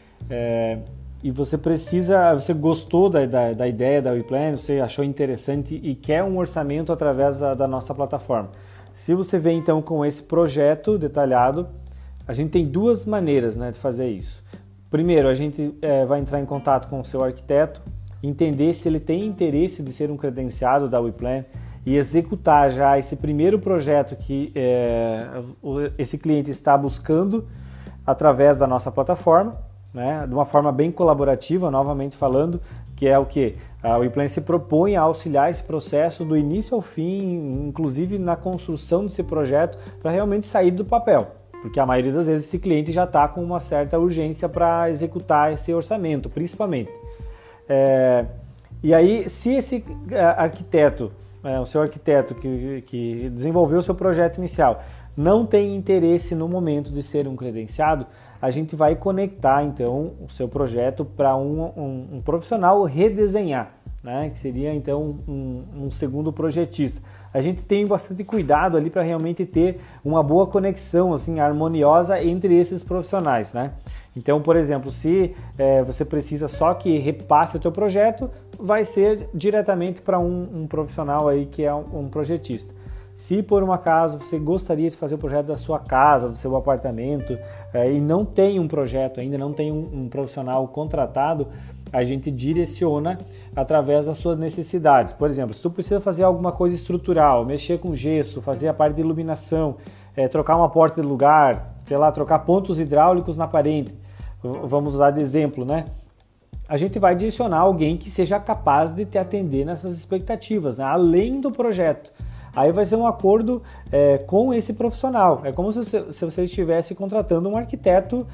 é, e você precisa, você gostou da, da, da ideia da WePlan, você achou interessante e quer um orçamento através da, da nossa plataforma. Se você vem então com esse projeto detalhado, a gente tem duas maneiras, né, de fazer isso. Primeiro, a gente é, vai entrar em contato com o seu arquiteto, entender se ele tem interesse de ser um credenciado da WePlan e executar já esse primeiro projeto que é, esse cliente está buscando através da nossa plataforma, né, de uma forma bem colaborativa, novamente falando, que é o que? A WePlan se propõe a auxiliar esse processo do início ao fim, inclusive na construção desse projeto, para realmente sair do papel. Porque a maioria das vezes esse cliente já está com uma certa urgência para executar esse orçamento, principalmente. É, e aí, se esse arquiteto é, o seu arquiteto que, que desenvolveu o seu projeto inicial, não tem interesse no momento de ser um credenciado, a gente vai conectar então o seu projeto para um, um, um profissional redesenhar, né? Que seria então um, um segundo projetista. A gente tem bastante cuidado ali para realmente ter uma boa conexão assim, harmoniosa entre esses profissionais, né? Então, por exemplo, se é, você precisa só que repasse o teu projeto, vai ser diretamente para um, um profissional aí que é um, um projetista. Se por um acaso você gostaria de fazer o projeto da sua casa, do seu apartamento, é, e não tem um projeto ainda, não tem um, um profissional contratado, a gente direciona através das suas necessidades. Por exemplo, se tu precisa fazer alguma coisa estrutural, mexer com gesso, fazer a parte de iluminação, é, trocar uma porta de lugar, sei lá, trocar pontos hidráulicos na parede, vamos usar de exemplo, né? A gente vai direcionar alguém que seja capaz de te atender nessas expectativas, né? Além do projeto. Aí vai ser um acordo é, com esse profissional. É como se você, se você estivesse contratando um arquiteto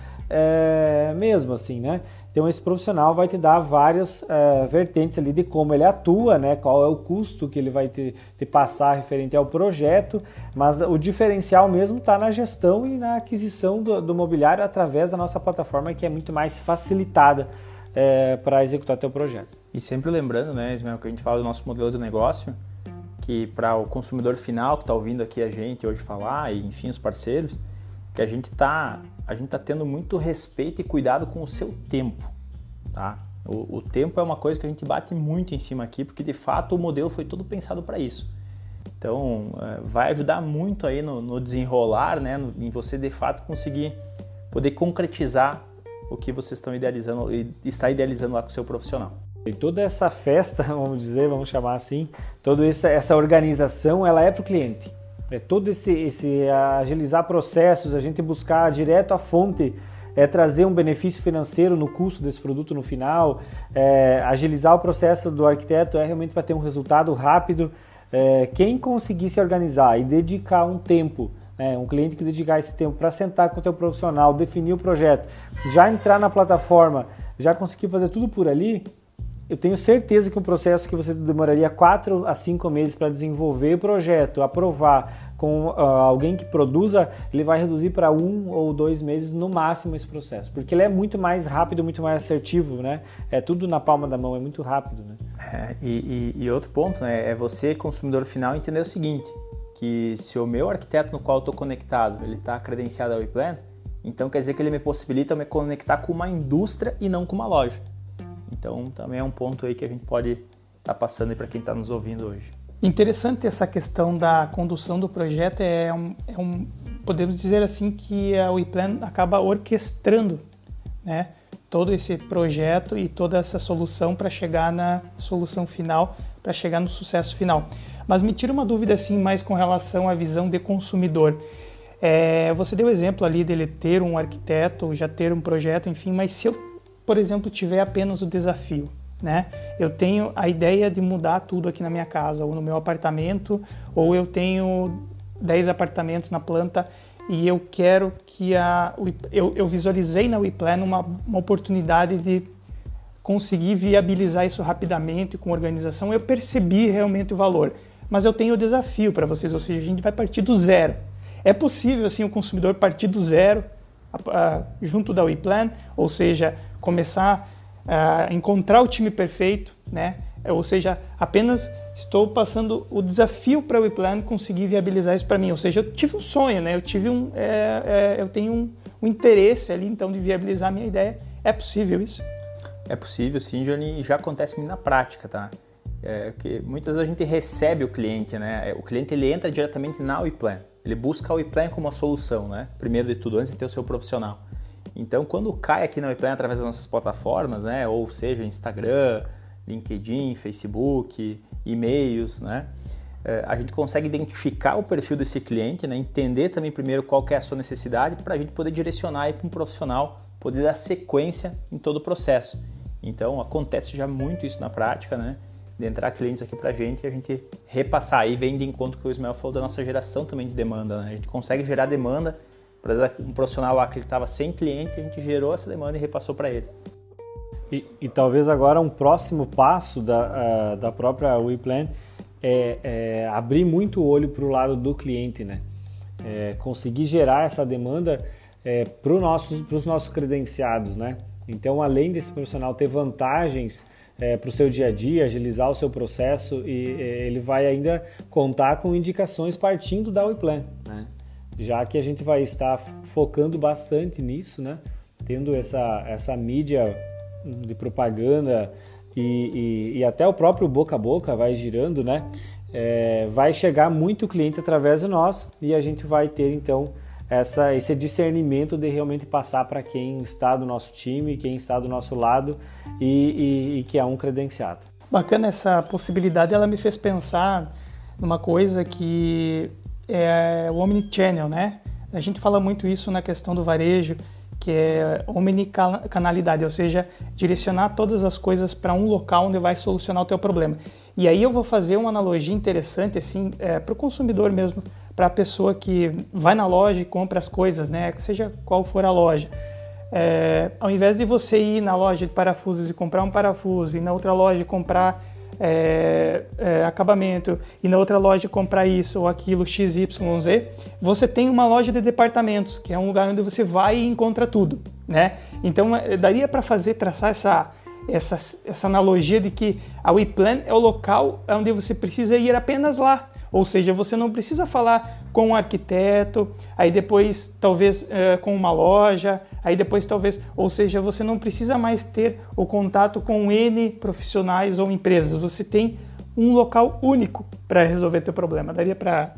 é, mesmo, assim, né? Então esse profissional vai te dar várias é, vertentes ali de como ele atua, né? Qual é o custo que ele vai te, te passar referente ao projeto, mas o diferencial mesmo está na gestão e na aquisição do, do mobiliário através da nossa plataforma, que é muito mais facilitada é, para executar teu projeto. E sempre lembrando, né, Ismael, que a gente fala do nosso modelo de negócio, que para o consumidor final que está ouvindo aqui a gente hoje falar, e enfim, os parceiros, que a gente está a gente tá tendo muito respeito e cuidado com o seu tempo, tá? O, o tempo é uma coisa que a gente bate muito em cima aqui, porque de fato o modelo foi todo pensado para isso. Então, é, vai ajudar muito aí no, no desenrolar, né, no, em você de fato conseguir poder concretizar o que vocês estão idealizando e está idealizando lá com o seu profissional. E toda essa festa, vamos dizer, vamos chamar assim, toda essa, essa organização, ela é para o cliente. É todo esse, esse agilizar processos, a gente buscar direto a fonte, é trazer um benefício financeiro no custo desse produto no final, é, agilizar o processo do arquiteto é realmente para ter um resultado rápido. É, quem conseguir se organizar e dedicar um tempo, né, um cliente que dedicar esse tempo para sentar com o teu profissional, definir o projeto, já entrar na plataforma, já conseguir fazer tudo por ali, eu tenho certeza que um processo que você demoraria quatro a cinco meses para desenvolver o projeto, aprovar com uh, alguém que produza, ele vai reduzir para um ou dois meses no máximo esse processo, porque ele é muito mais rápido, muito mais assertivo, né? É tudo na palma da mão, é muito rápido, né? É, e, e, e outro ponto, né, é você, consumidor final, entender o seguinte, que se o meu arquiteto no qual eu estou conectado, ele está credenciado ao WePlan, então quer dizer que ele me possibilita me conectar com uma indústria e não com uma loja. Então, também é um ponto aí que a gente pode estar tá passando para quem está nos ouvindo hoje. Interessante essa questão da condução do projeto, é um, é um podemos dizer assim que a WePlan acaba orquestrando, né, todo esse projeto e toda essa solução para chegar na solução final, para chegar no sucesso final. Mas me tira uma dúvida assim mais com relação à visão de consumidor. É, você deu o exemplo ali dele ter um arquiteto, já ter um projeto, enfim, mas se eu, por exemplo, tiver apenas o desafio, né? Eu tenho a ideia de mudar tudo aqui na minha casa, ou no meu apartamento, ou eu tenho dez apartamentos na planta e eu quero que a... Eu, eu visualizei na WePlan uma, uma oportunidade de conseguir viabilizar isso rapidamente com organização. Eu percebi realmente o valor, mas eu tenho o desafio para vocês, ou seja, a gente vai partir do zero. É possível, assim, o consumidor partir do zero a, a, junto da WePlan, ou seja, começar a encontrar o time perfeito, né? Ou seja, apenas estou passando o desafio para a WePlan conseguir viabilizar isso para mim. Ou seja, eu tive um sonho, né? Eu tive um, é, é, eu tenho um, um interesse ali, então, de viabilizar a minha ideia. É possível isso? É possível, sim, Johnny, e já acontece muito na prática, tá? É que muitas vezes a gente recebe o cliente, né? O cliente ele entra diretamente na WePlan. Ele busca a WePlan como uma solução, né? Primeiro de tudo, antes de ter o seu profissional. Então, quando cai aqui na WePlan através das nossas plataformas, né, ou seja, Instagram, LinkedIn, Facebook, e-mails, né, a gente consegue identificar o perfil desse cliente, né, entender também primeiro qual que é a sua necessidade para a gente poder direcionar para um profissional, poder dar sequência em todo o processo. Então, acontece já muito isso na prática, né, de entrar clientes aqui para a gente e a gente repassar. Aí vem de encontro que o Ismael falou da nossa geração também de demanda, né, a gente consegue gerar demanda. Para um profissional lá que ele estava sem cliente, a gente gerou essa demanda e repassou para ele. E, e talvez agora um próximo passo da, uh, da própria WePlan é, é abrir muito o olho para o lado do cliente, né? É, conseguir gerar essa demanda é, para nossos, os nossos credenciados, né? Então, além desse profissional ter vantagens é, para o seu dia a dia, agilizar o seu processo, e é, ele vai ainda contar com indicações partindo da WePlan, né? Já que a gente vai estar focando bastante nisso, né? Tendo essa, essa mídia de propaganda e, e, e até o próprio boca a boca vai girando, né? É, vai chegar muito cliente através de nós e a gente vai ter então essa, esse discernimento de realmente passar para quem está do nosso time, quem está do nosso lado e, e, e que é um credenciado. Bacana essa possibilidade, ela me fez pensar numa coisa que é o Omnichannel, né? A gente fala muito isso na questão do varejo, que é omnicanalidade, ou seja, direcionar todas as coisas para um local onde vai solucionar o teu problema. E aí eu vou fazer uma analogia interessante assim, é, para o consumidor mesmo, para a pessoa que vai na loja e compra as coisas, né? Seja qual for a loja. É, ao invés de você ir na loja de parafusos e comprar um parafuso, e na outra loja comprar é, é, acabamento, e na outra loja comprar isso ou aquilo, X Y Z, você tem uma loja de departamentos, que é um lugar onde você vai e encontra tudo, né? Então daria para fazer, traçar essa, essa, essa analogia de que a WePlan é o local onde você precisa ir apenas lá. Ou seja, você não precisa falar com um arquiteto, aí depois talvez é, com uma loja, aí depois talvez... Ou seja, você não precisa mais ter o contato com N profissionais ou empresas. Você tem um local único para resolver teu problema. Daria para...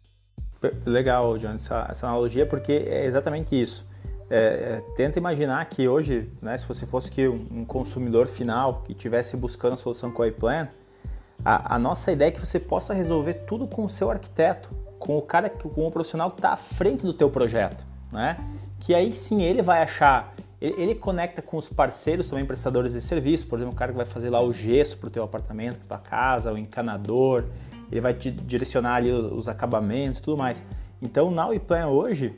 Legal, John, essa, essa analogia, porque é exatamente isso. É, é, tenta imaginar que hoje, né, se você fosse que um, um consumidor final que estivesse buscando a solução com a WePlan, A, a nossa ideia é que você possa resolver tudo com o seu arquiteto, com o cara, com o profissional que está à frente do teu projeto, né? Que aí sim ele vai achar, ele, ele conecta com os parceiros também, prestadores de serviço, por exemplo, o cara que vai fazer lá o gesso para o teu apartamento, para tua casa, o encanador, ele vai te direcionar ali os, os acabamentos e tudo mais. Então, na WePlan hoje,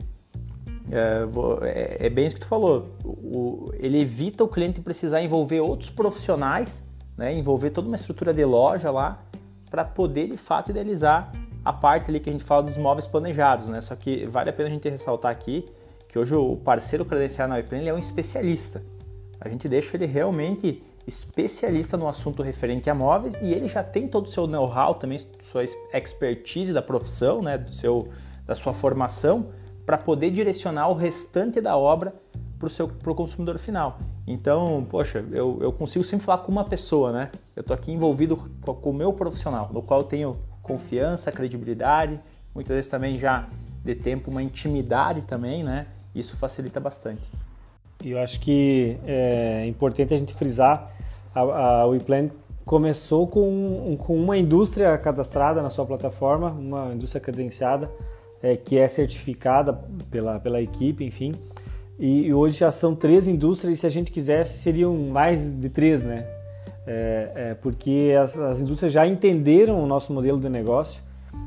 é, vou, é, é bem isso que tu falou, o, ele evita o cliente precisar envolver outros profissionais, né, envolver toda uma estrutura de loja lá para poder de fato idealizar a parte ali que a gente fala dos móveis planejados, né? Só que vale a pena a gente ressaltar aqui que hoje o parceiro credenciado na WePlan ele é um especialista. A gente deixa ele realmente especialista no assunto referente a móveis e ele já tem todo o seu know-how, também sua expertise da profissão, né, do seu, da sua formação, para poder direcionar o restante da obra para o consumidor final. Então, poxa, eu, eu consigo sempre falar com uma pessoa, né? Eu estou aqui envolvido com, com o meu profissional, no qual eu tenho confiança, credibilidade, muitas vezes também já de tempo uma intimidade também, né? Isso facilita bastante. E eu acho que é importante a gente frisar, a, a WePlan começou com, com uma indústria cadastrada na sua plataforma, uma indústria credenciada, é, que é certificada pela, pela equipe, enfim. E hoje já são três indústrias e se a gente quisesse seriam mais de três, né? É, é, porque as, as indústrias já entenderam o nosso modelo de negócio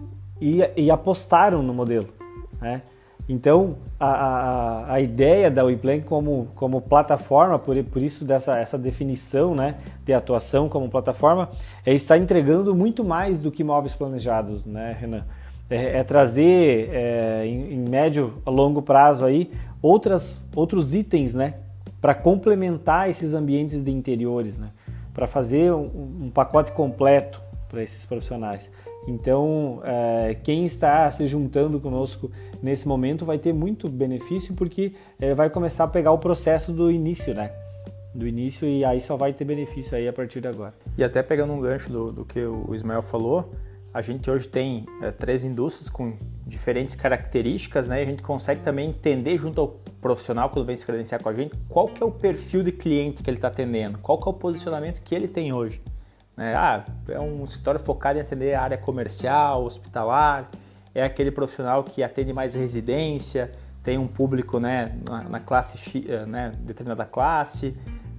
e, e apostaram no modelo, né? Então, a, a, a ideia da WePlan como, como plataforma, por, por isso dessa essa definição, né, de atuação como plataforma, é estar entregando muito mais do que móveis planejados, né, Renan? É, é trazer é, em, em médio a longo prazo aí outras, outros itens, né, para complementar esses ambientes de interiores, né, para fazer um, um pacote completo para esses profissionais. Então, é, quem está se juntando conosco nesse momento vai ter muito benefício porque é, vai começar a pegar o processo do início, né, do início e aí só vai ter benefício aí a partir de agora. E até pegando um gancho do, do que o Ismael falou, a gente hoje tem é, três indústrias com diferentes características, né? E a gente consegue também entender junto ao profissional, quando vem se credenciar com a gente, qual que é o perfil de cliente que ele está atendendo, qual que é o posicionamento que ele tem hoje. Né? Ah, é um escritório focado em atender a área comercial, hospitalar, é aquele profissional que atende mais residência, tem um público, né, na, na classe X, né, determinada classe.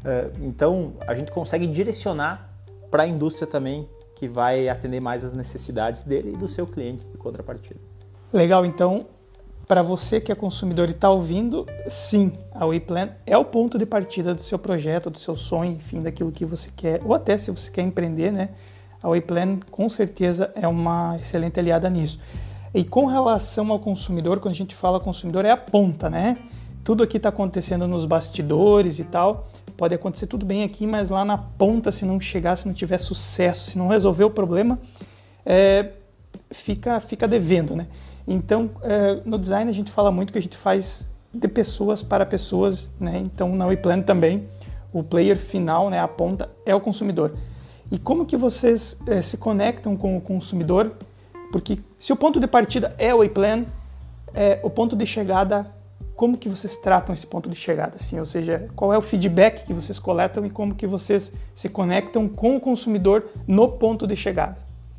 Então, a gente consegue direcionar para a indústria também, que vai atender mais as necessidades dele e do seu cliente de contrapartida. Legal, então, para você que é consumidor e está ouvindo, sim, a WePlan é o ponto de partida do seu projeto, do seu sonho, enfim, daquilo que você quer, ou até se você quer empreender, né? a Wayplan com certeza é uma excelente aliada nisso. E com relação ao consumidor, quando a gente fala consumidor, é a ponta, né? Tudo aqui está acontecendo nos bastidores e tal, pode acontecer tudo bem aqui, mas lá na ponta, se não chegar, se não tiver sucesso, se não resolver o problema, é, fica, fica devendo, né? Então, é, no design a gente fala muito que a gente faz de pessoas para pessoas, né? Então, na Wayplan também, o player final, né, a ponta, é o consumidor. E como que vocês é, se conectam com o consumidor? Porque se o ponto de partida é o Wayplan, é, o ponto de chegada, como que vocês tratam esse ponto de chegada? Assim, ou seja, qual é o feedback que vocês coletam e como que vocês se conectam com o consumidor no ponto de chegada?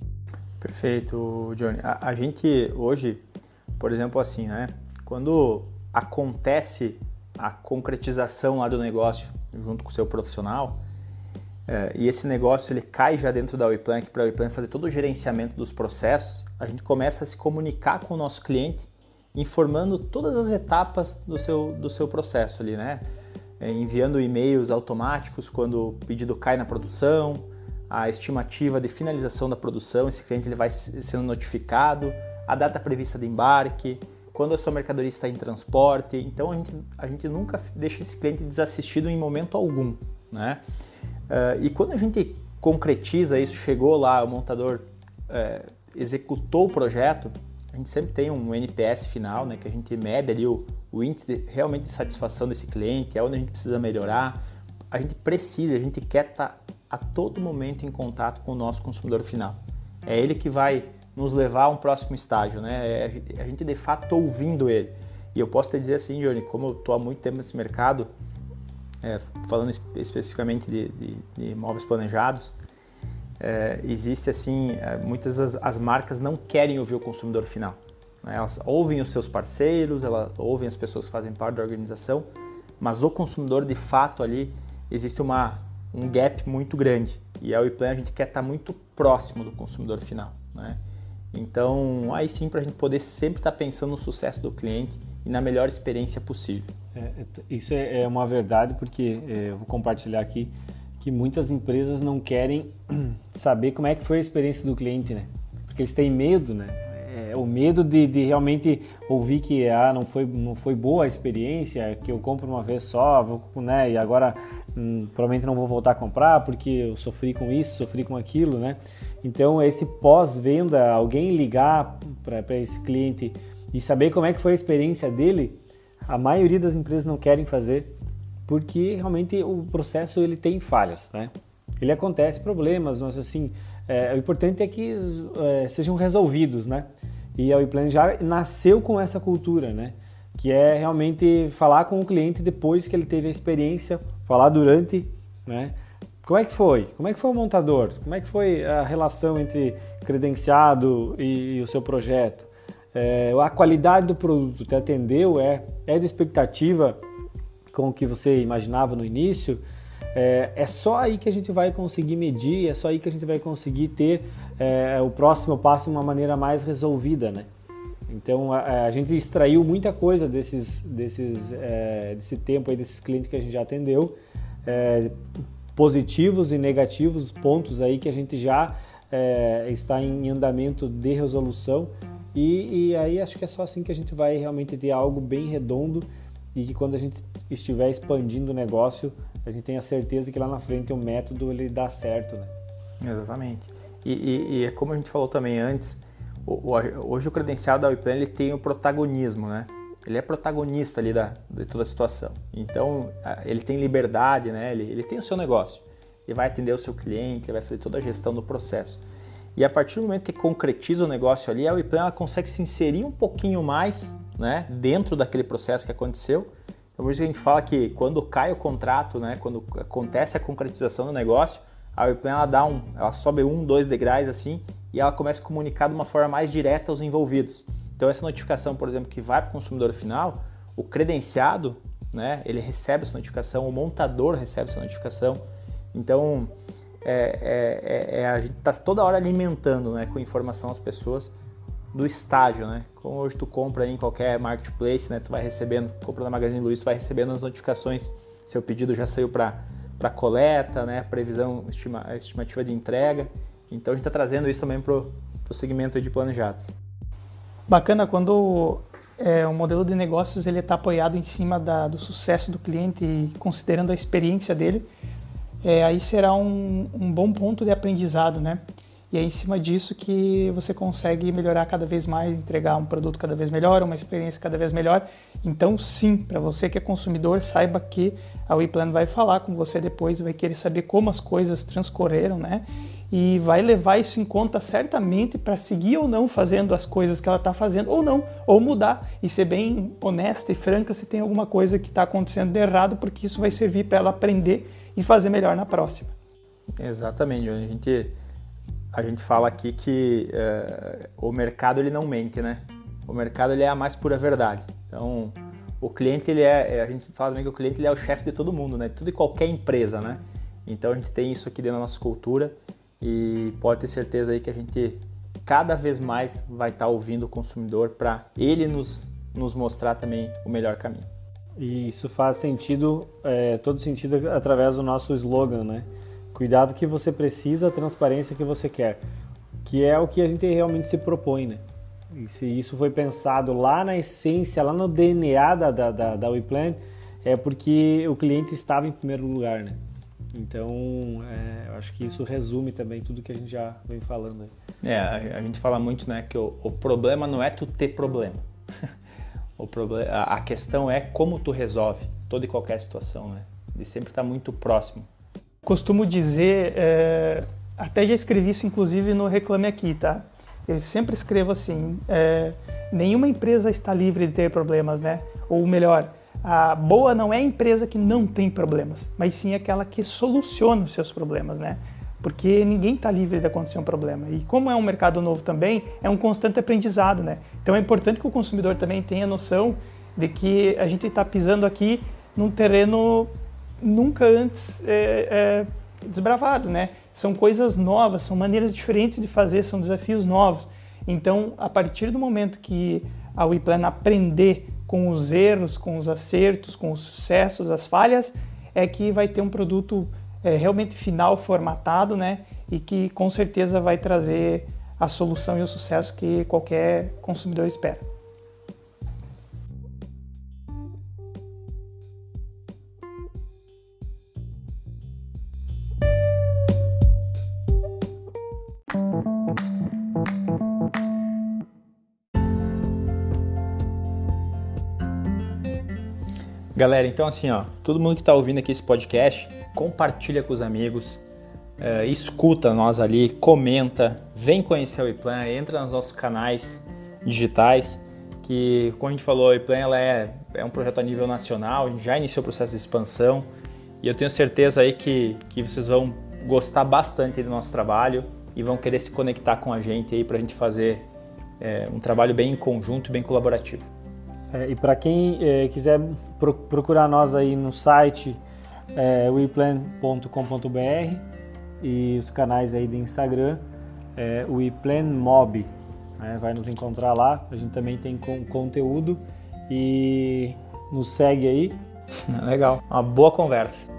Perfeito, Johnny. A, a gente hoje, por exemplo, assim, né? Quando acontece a concretização lá do negócio junto com o seu profissional, É, e esse negócio ele cai já dentro da Wayplan, que para a Wayplan fazer todo o gerenciamento dos processos, a gente começa a se comunicar com o nosso cliente, informando todas as etapas do seu, do seu processo ali, né? É, enviando e-mails automáticos quando o pedido cai na produção, a estimativa de finalização da produção, esse cliente ele vai sendo notificado, a data prevista de embarque, quando a sua mercadoria está em transporte. Então a gente, a gente nunca deixa esse cliente desassistido em momento algum, né? Uh, e quando a gente concretiza isso, chegou lá, o montador uh, executou o projeto, a gente sempre tem um N P S final, né, que a gente mede ali o, o índice de, realmente de satisfação desse cliente, é onde a gente precisa melhorar. A gente precisa, a gente quer estar a todo momento em contato com o nosso consumidor final. É ele que vai nos levar a um próximo estágio, né? É a gente de fato tá ouvindo ele. E eu posso te dizer assim, Johnny, como eu estou há muito tempo nesse mercado, É, falando espe- especificamente de, de, de móveis planejados, é, existe assim, é, muitas das as marcas não querem ouvir o consumidor final, né? Elas ouvem os seus parceiros, elas ouvem as pessoas que fazem parte da organização, mas o consumidor de fato ali, existe uma, um gap muito grande, e a Wayplan a gente quer estar muito próximo do consumidor final, né? Então aí sim, para a gente poder sempre estar pensando no sucesso do cliente e na melhor experiência possível. É, isso é, é uma verdade, porque é, eu vou compartilhar aqui que muitas empresas não querem saber como é que foi a experiência do cliente, né? Porque eles têm medo, né? É, o medo de, de realmente ouvir que ah, não foi, não foi boa a experiência, que eu compro uma vez só, vou, né? E agora hum, provavelmente não vou voltar a comprar porque eu sofri com isso, sofri com aquilo, né? Então esse pós-venda, alguém ligar para esse cliente e saber como é que foi a experiência dele, a maioria das empresas não querem fazer, porque realmente o processo ele tem falhas, né? Ele acontece problemas, mas assim, é, o importante é que é, sejam resolvidos, né? E a Wayplan já nasceu com essa cultura, né? Que é realmente falar com o cliente depois que ele teve a experiência, falar durante, né? Como é que foi? Como é que foi o montador? Como é que foi a relação entre credenciado e, e o seu projeto? É, a qualidade do produto te atendeu, é, é de expectativa com o que você imaginava no início, é, é só aí que a gente vai conseguir medir, é só aí que a gente vai conseguir ter é, o próximo passo de uma maneira mais resolvida, né? Então a, a gente extraiu muita coisa desses, desses, é, desse tempo aí, desses clientes que a gente já atendeu, é, positivos e negativos, pontos aí que a gente já é, está em andamento de resolução. E, e aí acho que é só assim que a gente vai realmente ter algo bem redondo e que quando a gente estiver expandindo o negócio, a gente tenha certeza que lá na frente o método ele dá certo, né? Exatamente. E, e, e é como a gente falou também antes, o, o, hoje o credenciado da Wayplan ele tem o protagonismo, né? Ele é protagonista ali da, de toda a situação. Então ele tem liberdade, né? Ele, ele tem o seu negócio. Ele vai atender o seu cliente, ele vai fazer toda a gestão do processo. E a partir do momento que concretiza o negócio ali, a Wayplan ela consegue se inserir um pouquinho mais, né, dentro daquele processo que aconteceu. Então por isso que a gente fala que quando cai o contrato, né, quando acontece a concretização do negócio, a Wayplan ela dá um, ela sobe um, dois degraus assim e ela começa a comunicar de uma forma mais direta aos envolvidos. Então essa notificação, por exemplo, que vai para o consumidor final, o credenciado, né, ele recebe essa notificação, o montador recebe essa notificação. Então É, é, é, a gente está toda hora alimentando, né, com informação as pessoas do estágio, né? Como hoje tu compra em qualquer marketplace, né, tu vai recebendo, compra na Magazine Luiza, tu vai recebendo as notificações, seu pedido já saiu para para coleta, né, previsão, estima, estimativa de entrega. Então a gente está trazendo isso também para o segmento de planejados. Bacana quando é, o modelo de negócios ele está apoiado em cima da, do sucesso do cliente e considerando a experiência dele, é, aí será um, um bom ponto de aprendizado, né? E é em cima disso que você consegue melhorar cada vez mais, entregar um produto cada vez melhor, uma experiência cada vez melhor. Então, sim, para você que é consumidor, saiba que a WePlan vai falar com você depois, vai querer saber como as coisas transcorreram, né? E vai levar isso em conta certamente para seguir ou não fazendo as coisas que ela está fazendo, ou não, ou mudar e ser bem honesta e franca se tem alguma coisa que está acontecendo de errado, porque isso vai servir para ela aprender e fazer melhor na próxima. Exatamente, a gente... A gente fala aqui que uh, o mercado ele não mente, né? O mercado ele é a mais pura verdade. Então, o cliente ele é, a gente fala também que o cliente ele é o chefe de todo mundo, né? Tudo e qualquer empresa, né? Então a gente tem isso aqui dentro da nossa cultura e pode ter certeza aí que a gente cada vez mais vai estar ouvindo o consumidor para ele nos, nos mostrar também o melhor caminho. E isso faz sentido, é, todo sentido através do nosso slogan, né? Cuidado que você precisa, a transparência que você quer, que é o que a gente realmente se propõe, né? E se isso foi pensado lá na essência, lá no D N A da, da, da, da WePlan, é porque o cliente estava em primeiro lugar, né? Então, é, eu acho que isso resume também tudo que a gente já vem falando aí. É, a, a gente fala muito, né, que o, o problema não é tu ter problema. o problema, a, a questão é como tu resolve toda e qualquer situação, né? De sempre estar muito próximo. Costumo dizer, é, até já escrevi isso inclusive no Reclame Aqui, tá? Eu sempre escrevo assim, é, nenhuma empresa está livre de ter problemas, né? Ou melhor, a boa não é a empresa que não tem problemas, mas sim aquela que soluciona os seus problemas, né? Porque ninguém está livre de acontecer um problema. E como é um mercado novo também, é um constante aprendizado, né? Então é importante que o consumidor também tenha noção de que a gente está pisando aqui num terreno nunca antes é, é, desbravado, né? São coisas novas, são maneiras diferentes de fazer, são desafios novos. Então, a partir do momento que a WePlan aprender com os erros, com os acertos, com os sucessos, as falhas, é que vai ter um produto é, realmente final, formatado, né? E que com certeza vai trazer a solução e o sucesso que qualquer consumidor espera. Galera, então assim, ó, todo mundo que está ouvindo aqui esse podcast, compartilha com os amigos, é, escuta nós ali, comenta, vem conhecer a WePlan, entra nos nossos canais digitais, que, como a gente falou, a WePlan ela é, é um projeto a nível nacional, a gente já iniciou o processo de expansão e eu tenho certeza aí que, que vocês vão gostar bastante do nosso trabalho e vão querer se conectar com a gente aí para a gente fazer é, um trabalho bem em conjunto e bem colaborativo. É, e para quem é, quiser pro, procurar nós aí no site é, weplan ponto com ponto b r e os canais aí do Instagram, é, WePlanMob, né, vai nos encontrar lá. A gente também tem com, conteúdo e nos segue aí. Legal, uma boa conversa.